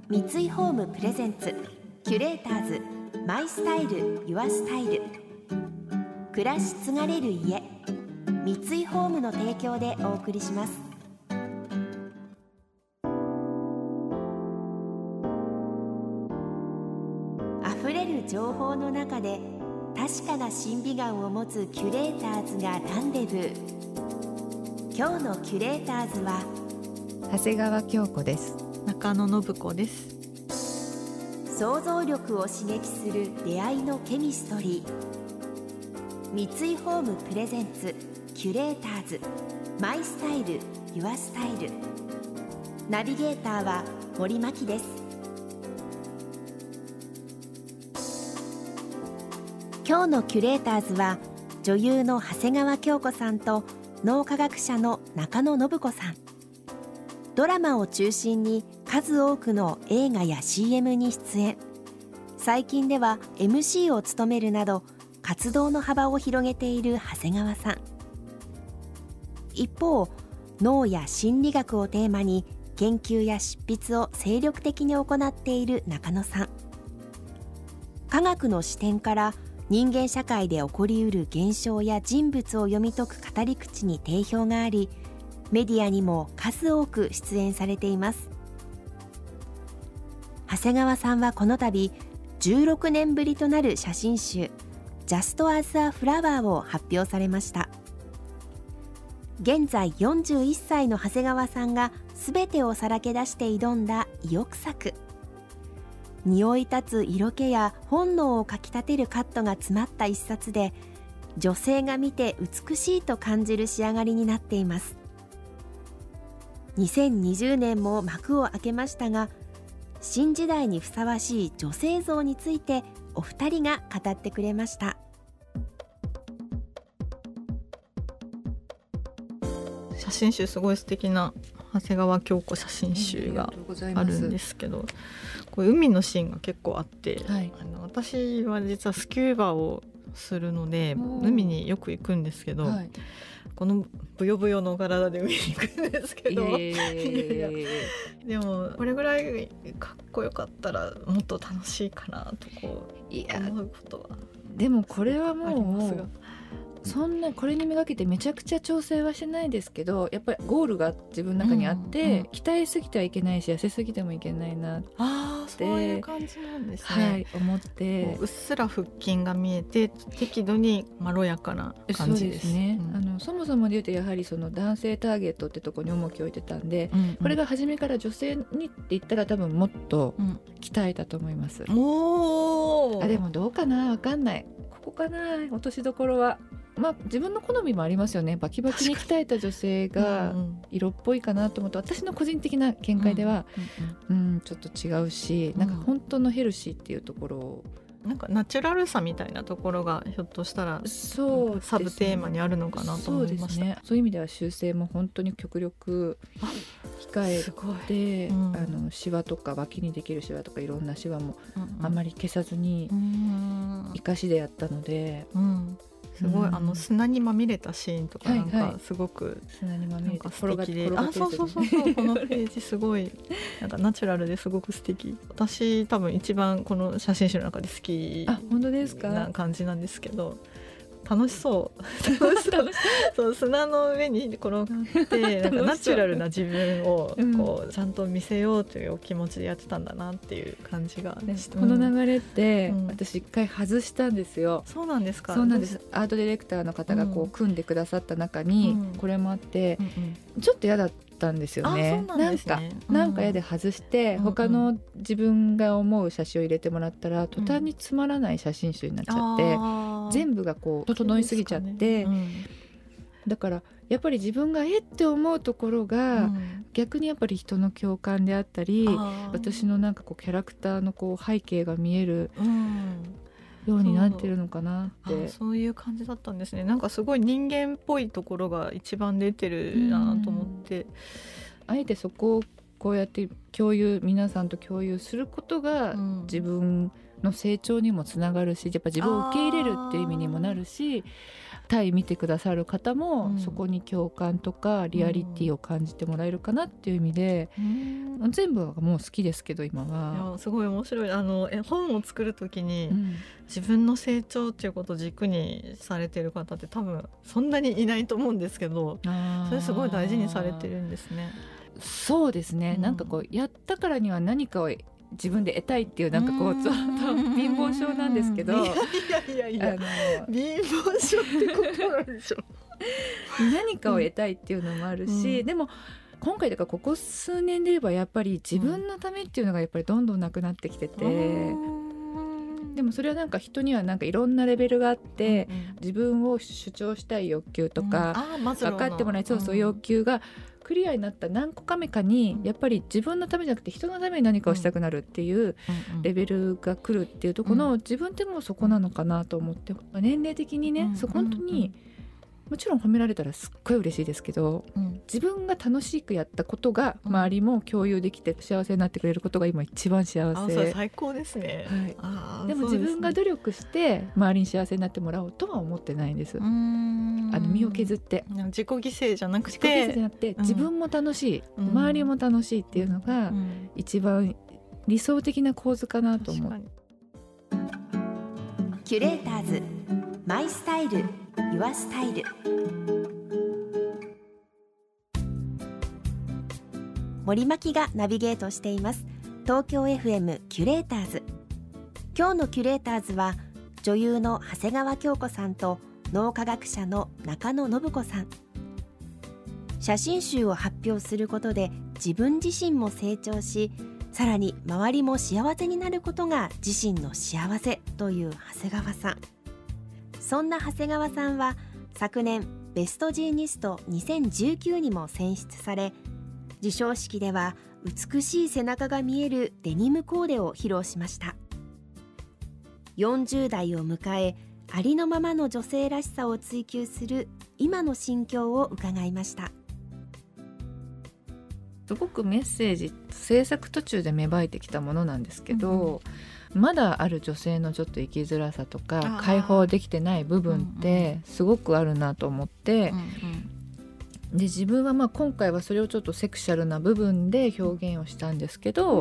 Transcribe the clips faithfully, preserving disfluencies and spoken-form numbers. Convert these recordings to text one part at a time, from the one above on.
三井ホームプレゼンツキュレーターズマイスタイルユアスタイル、暮らし継がれる家、三井ホームの提供でお送りします。あふれる情報の中で確かな審美眼を持つキュレーターズがランデブー。今日のキュレーターズは長谷川京子です。 中野信子です。 想像力を刺激する出会いのケミストリー。三井ホームプレゼンツキュレーターズマイスタイルユアスタイル、ナビゲーターは森牧です。今日のキュレーターズは女優の長谷川京子さんと脳科学者の中野信子さん。ドラマを中心に数多くの映画や シーエム に出演、最近では エムシー を務めるなど活動の幅を広げている長谷川さん。一方、脳や心理学をテーマに研究や執筆を精力的に行っている中野さん。科学の視点から人間社会で起こりうる現象や人物を読み解く語り口に定評があり、メディアにも数多く出演されています。長谷川さんはこの度じゅうろくねんぶりとなる写真集 Just as a Flower を発表されました。現在よんじゅういっさいの長谷川さんが全てをさらけ出して挑んだ意欲作。匂い立つ色気や本能をかき立てるカットが詰まった一冊で、女性が見て美しいと感じる仕上がりになっています。にせんにじゅうねんも幕を開けましたが、新時代にふさわしい女性像についてお二人が語ってくれました。 写真集すごい素敵な長谷川京子写真集があるんですけど、これ海のシーンが結構あって、はい、あの私は実はスキューバをするので海によく行くんですけど、はい、このブヨブヨの体で海に行くんですけど、えー、でもこれぐらいかっこよかったらもっと楽しいかなとこういや思うことはでもこれはもうそんなこれにめがけてめちゃくちゃ調整はしてないですけど、やっぱりゴールが自分の中にあって、うんうん、鍛えすぎてはいけないし痩せすぎてもいけないなって、 あー、そういう感じなんですね、 はい、思ってうっすら腹筋が見えて適度にまろやかな感じです。 そうですね、 うん、 あのそもそもで言うとやはりその男性ターゲットってところに重きを置いてたんで、うんうん、これが初めから女性にって言ったら多分もっと鍛えたと思います、うん、おあでもどうかな、わかんない、ここかな落としどころは。まあ、自分の好みもありますよね。バキバキに鍛えた女性が色っぽいかなと思うと、私の個人的な見解では、うんうんうん、ちょっと違うし、なんか本当のヘルシーっていうところを、 なんかナチュラルさみたいなところがひょっとしたらそう、ね、サブテーマにあるのかなと思いました。そうですね、 そういう意味では修正も本当に極力控えて、うん、あのシワとか脇にできるシワとかいろんなシワもあまり消さずに生かしでやったので、うんうんすごい、うん、あの砂にまみれたシーンとかなんかすごく、はいはい、 砂にまみれて素敵で、あ、そうそうそうそうこのページすごいなんかナチュラルですごく素敵。私多分一番この写真集の中で好きな感じなんですけど、楽しそう楽しそうそう砂の上に転がってなんかナチュラルな自分をこうちゃんと見せようというお気持ちでやってたんだなっていう感じが、ね、 この流れって、うん、私一回外したんですよ。 そうなんですか。 そうなんです。アートディレクターの方がこう組んでくださった中にこれもあって、うんうんうん、ちょっと嫌だったんですよね。 あ、そうなんですね。 なんか、うん、なんか嫌で外して、うんうん、他の自分が思う写真を入れてもらったら、うん、途端につまらない写真集になっちゃって、うん、全部がこう整いすぎちゃって、ね、うん、だからやっぱり自分がえって思うところが、うん、逆にやっぱり人の共感であったり、私のなんかこうキャラクターのこう背景が見える、うんようになってるのかなって。 そう、そういう感じだったんですね。なんかすごい人間っぽいところが一番出てるなと思って、 あえてそこをこうやって共有皆さんと共有することが自分の成長にもつながるし、やっぱ自分を受け入れるっていう意味にもなるし、 対見てくださる方も、うん、そこに共感とかリアリティを感じてもらえるかなっていう意味で、うん、全部はもう好きですけど今は。 いやすごい面白い。あの絵本を作る時に、うん、自分の成長っていうことを軸にされてる方って多分そんなにいないと思うんですけど、それすごい大事にされてるんですね。 そうですね、うん、なんかこうやったからには何かを自分で得たいっていうなんかこうちょっと貧乏症なんですけど、いやいやいやいや貧乏症ってことなんでしょ何かを得たいっていうのもあるし、うん、でも今回だからここ数年で言えばやっぱり自分のためっていうのがやっぱりどんどんなくなってきてて、うん、でもそれはなんか人にはなんかいろんなレベルがあって、うんうん、自分を主張したい欲求とか、うん、分かってもらいそうそう欲求がクリアになった何個か目かに、うん、やっぱり自分のためじゃなくて人のために何かをしたくなるっていうレベルが来るっていうところの、うん、自分でもそこなのかなと思って、年齢的にね、うん、そこ本当にもちろん褒められたらすっごい嬉しいですけど、うん、自分が楽しくやったことが周りも共有できて幸せになってくれることが今一番幸せ。 あ、それ最高ですね、 はい、あでも自分が努力して周りに幸せになってもらおうとは思ってないんです。うーん、あの身を削って自己犠牲じゃなくて自己犠牲じゃなくて、うん、自分も楽しい、うん、周りも楽しいっていうのが一番理想的な構図かなと思う。 キュレーターズマイスタイルユアスタイル。森牧がナビゲートしています東京 エフエム キュレーターズ。今日のキュレーターズは女優の長谷川京子さんと脳科学者の中野信子さん。写真集を発表することで自分自身も成長し、さらに周りも幸せになることが自身の幸せという長谷川さん。そんな長谷川さんは昨年ベストジーニストにせんじゅうきゅうにも選出され、授賞式では美しい背中が見えるデニムコーデを披露しました。よんじゅう代を迎え、ありのままの女性らしさを追求する今の心境を伺いました。 すごくメッセージ制作途中で芽生えてきたものなんですけど、うん、まだある女性のちょっと生きづらさとか解放できてない部分ってすごくあるなと思って、うんうん、で自分はまあ今回はそれをちょっとセクシャルな部分で表現をしたんですけど、うん、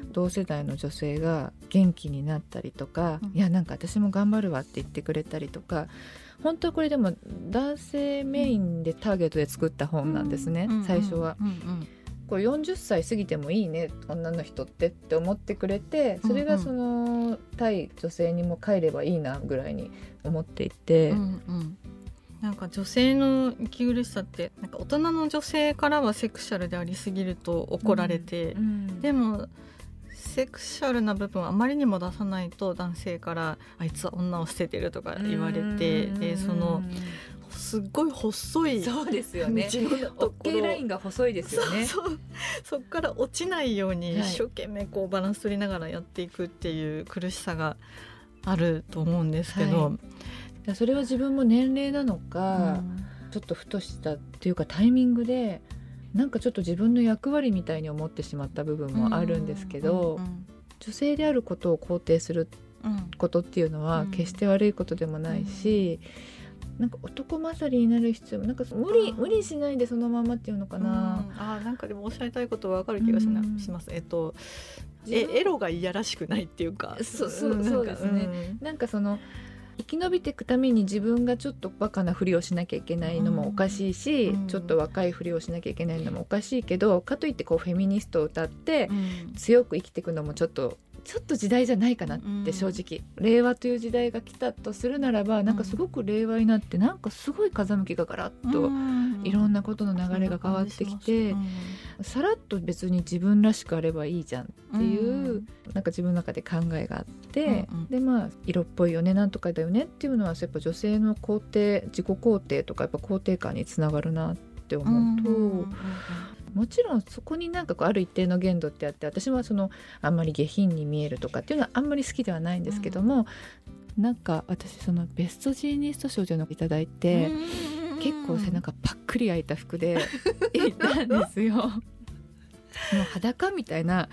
同世代の女性が元気になったりとか、うん、いやなんか私も頑張るわって言ってくれたりとか、本当これでも男性メインでターゲットで作った本なんですね、うん、最初は、うんうん、これよんじゅっさい過ぎてもいいね女の人ってって思ってくれて、それがその対女性にも帰ればいいなぐらいに思っていて、うんうん、 なんか女性の息苦しさってなんか大人の女性からはセクシャルでありすぎると怒られて、うんうん、でもセクシャルな部分をあまりにも出さないと男性からあいつは女を捨ててるとか言われて、でそのすっごい細いそうですよね、オッケーラインが細いですよね。 そうそう、そっから落ちないように一生懸命こうバランス取りながらやっていくっていう苦しさがあると思うんですけど、 はい、それは自分も年齢なのか、うん、ちょっとふとしたっていうかタイミングでなんかちょっと自分の役割みたいに思ってしまった部分もあるんですけど、うんうんうん、女性であることを肯定することっていうのは決して悪いことでもないし、うん、なんか男勝りになる必要もなんか無理無理しないでそのままっていうのかな、 うん、あなんかでもおっしゃりたいことは分かる気がしな、うん、します。えっとえエロがいやらしくないっていうか、 そうそうそうですね、うん、なんかその生き延びていくために自分がちょっとバカなふりをしなきゃいけないのもおかしいし、うん、ちょっと若いふりをしなきゃいけないのもおかしいけど、かといってこうフェミニストを歌って強く生きていくのもちょっとちょっと時代じゃないかなって正直、うん、令和という時代が来たとするならばなんかすごく令和になってなんかすごい風向きがガラッといろんなことの流れが変わってきて、うん、さらっと別に自分らしくあればいいじゃんっていう、うん、なんか自分の中で考えがあって、うんうん、でまあ色っぽいよねなんとかだよねっていうのはやっぱ女性の肯定自己肯定とかやっぱ肯定感につながるなって思うと、うんうんうんうん、もちろんそこになんかこうある一定の限度ってあって、私はそのあんまり下品に見えるとかっていうのはあんまり好きではないんですけども、うん、なんか私そのベストジーニスト賞というのをいただいて、うん、結構背中パックリ開いた服で行ったんですよもう裸みたいな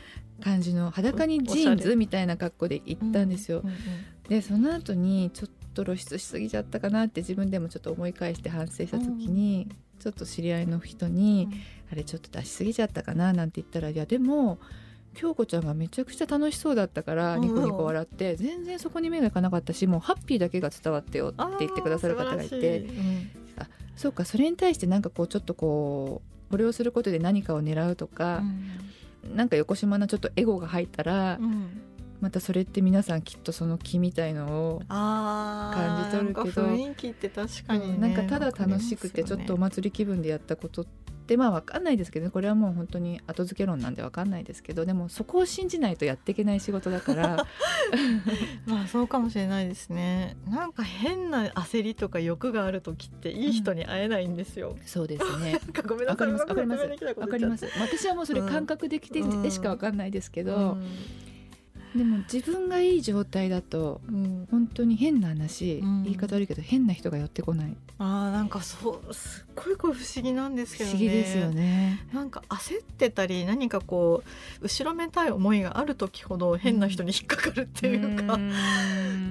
感じの裸にジーンズみたいな格好で行ったんですよ、うんうんうん、でその後にちょっとと露出しすぎちゃったかなって自分でもちょっと思い返して反省した時に、うん、ちょっと知り合いの人に、うん、あれちょっと出しすぎちゃったかななんて言ったら、いやでも京子ちゃんがめちゃくちゃ楽しそうだったからニコニコ笑って、うん、全然そこに目がいかなかったし、もうハッピーだけが伝わってよって言ってくださる方がいて、うん、あ、そうか、それに対してなんかこうちょっとこうこれをすることで何かを狙うとか、うん、なんか横島なちょっとエゴが入ったら、うん、またそれって皆さんきっとその気みたいのを感じ取るけど、 雰囲気って確かにね、 なんかただ楽しくてちょっとお祭り気分でやったことってまあ分かんないですけどね、これはもう本当に後付け論なんで分かんないですけど、でもそこを信じないとやっていけない仕事だからまあそうかもしれないですね。なんか変な焦りとか欲がある時っていい人に会えないんですよ、 うん、そうですねなんかごめんなさい、 分かります分かります、私はもうそれ感覚できてでしか分かんないですけど、うんうんでも自分がいい状態だと、うん、本当に変な話、うん、言い方悪いけど変な人が寄ってこない。 あー、なんかそうすっごいこう不思議なんですけどね。 不思議ですよね。 なんか焦ってたり何かこう後ろめたい思いがある時ほど変な人に引っかかるっていうか、うん、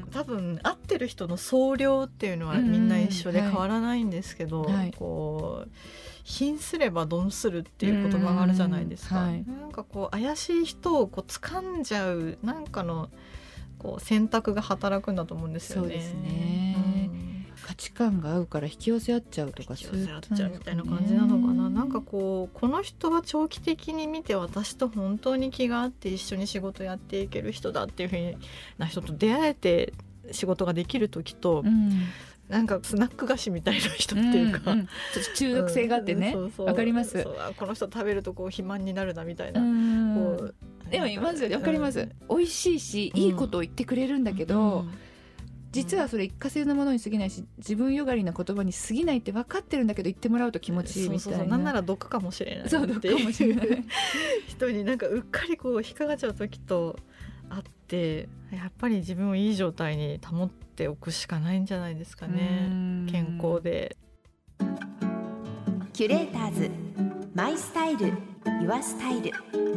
多分会ってる人の総量っていうのはみんな一緒で変わらないんですけど、はい、こう貧すれば鈍するっていう言葉があるじゃないですか、はい、なんかこう怪しい人をこう掴んじゃうなんかのこう選択が働くんだと思うんですよね。 そうですね、うん、価値観が合うから引き寄せ合っちゃうとか、 引き寄せ合っちゃうみたいな感じなのかな。なんかこうこの人は長期的に見て私と本当に気が合って一緒に仕事やっていける人だっていう風な人と出会えて仕事ができる時と、うん、なんかスナック菓子みたいな人っていうか、うんうん、ちょっと中毒性があってね、わ、うん、かります。 そう、この人食べるとこう肥満になるなみたいな、 こうでもいますよね、わかります、うん、美味しいしいいことを言ってくれるんだけど、うん、実はそれ一過性のものに過ぎないし自分よがりな言葉に過ぎないって分かってるんだけど言ってもらうと気持ちいいみたいな、 そうそうそう、なんなら毒かもしれないっていう、 そう毒かもしれない人になんかうっかりこう引っかかっちゃう時とあって、やっぱり自分をいい状態に保っておくしかないんじゃないですかね。健康で。 キュレーターズマイスタイルユアスタイル。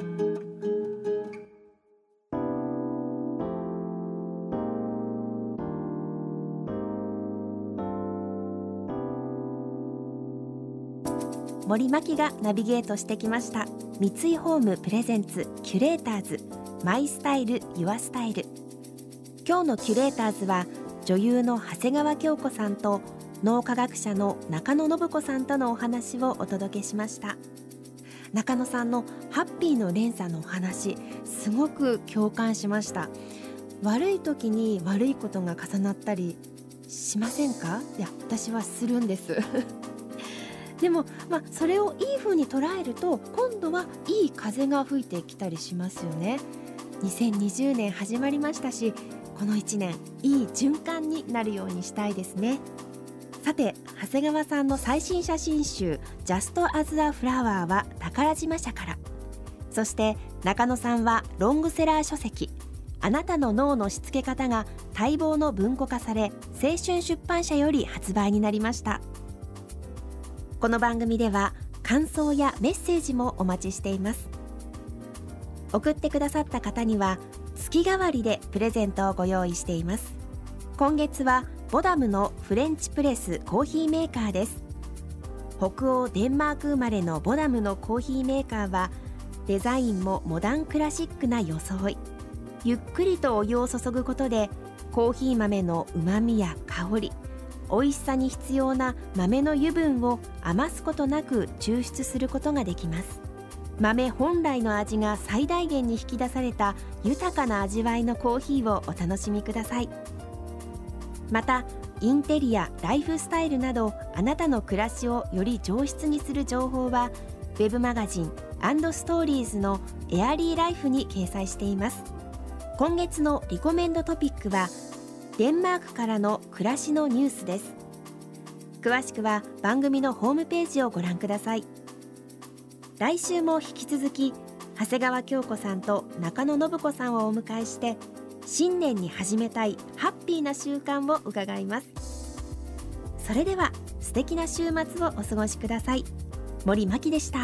森牧がナビゲートしてきました。三井ホームプレゼンツキュレーターズマイスタイルユアスタイル。今日のキュレーターズは女優の長谷川京子さんと脳科学者の中野信子さんとのお話をお届けしました。中野さんのハッピーの連鎖のお話、すごく共感しました。悪い時に悪いことが重なったりしませんか？いや、私はするんですでも、まあ、それをいい風に捉えると今度はいい風が吹いてきたりしますよね。にせんにじゅうねん始まりましたし、このいちねんいい循環になるようにしたいですね。さて、長谷川さんの最新写真集 Just as a Flower は宝島社から、そして中野さんはロングセラー書籍あなたの脳のしつけ方が待望の文庫化され、青春出版社より発売になりました。この番組では感想やメッセージもお待ちしています。送ってくださった方には月替わりでプレゼントをご用意しています。今月はボダムのフレンチプレスコーヒーメーカーです。北欧デンマーク生まれのボダムのコーヒーメーカーはデザインもモダンクラシックな装い、ゆっくりとお湯を注ぐことでコーヒー豆のうまみや香り、美味しさに必要な豆の油分を余すことなく抽出することができます。豆本来の味が最大限に引き出された豊かな味わいのコーヒーをお楽しみください。またインテリア、ライフスタイルなどあなたの暮らしをより上質にする情報はウェブマガジン&ストーリーズのエアリーライフに掲載しています。今月のリコメンドトピックはデンマークからの暮らしのニュースです。詳しくは番組のホームページをご覧ください。来週も引き続き長谷川京子さんと中野信子さんをお迎えして新年に始めたいハッピーな習慣を伺います。それでは素敵な週末をお過ごしください。森牧でした。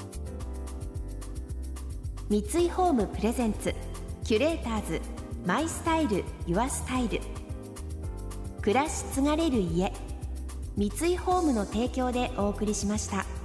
三井ホームプレゼンツキュレーターズマイスタイルユアスタイル。 暮らし継がれる家、三井ホームの提供でお送りしました。